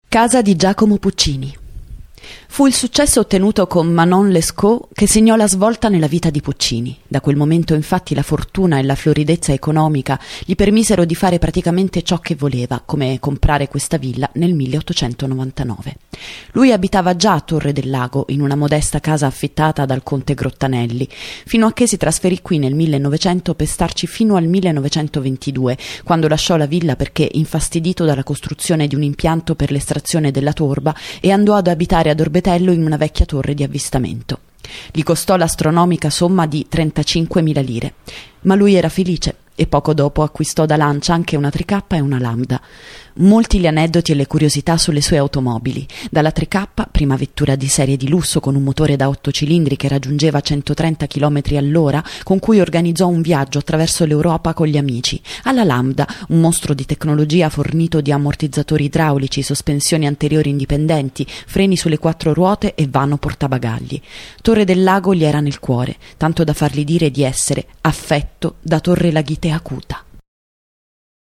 Casa di Giacomo Puccini. Fu il successo ottenuto con Manon Lescaut che segnò la svolta nella vita di Puccini. Da quel momento infatti la fortuna e la floridezza economica gli permisero di fare praticamente ciò che voleva, come comprare questa villa nel 1899. Lui abitava già a Torre del Lago, in una modesta casa affittata dal conte Grottanelli, fino a che si trasferì qui nel 1900 per starci fino al 1922, quando lasciò la villa perché infastidito dalla costruzione di un impianto per l'estrazione della torba e andò ad abitare ad Orbetello in una vecchia torre di avvistamento. Gli costò l'astronomica somma di 35.000 lire, ma lui era felice e poco dopo acquistò da Lancia anche una Tricappa e una Lambda. Molti gli aneddoti e le curiosità sulle sue automobili. Dalla Tricappa, prima vettura di serie di lusso con un motore da 8 cilindri che raggiungeva 130 km all'ora, con cui organizzò un viaggio attraverso l'Europa con gli amici, alla Lambda, un mostro di tecnologia fornito di ammortizzatori idraulici, sospensioni anteriori indipendenti, freni sulle 4 ruote e vano portabagagli. Torre del Lago gli era nel cuore, tanto da fargli dire di essere affetto da Torre Laghite acuta.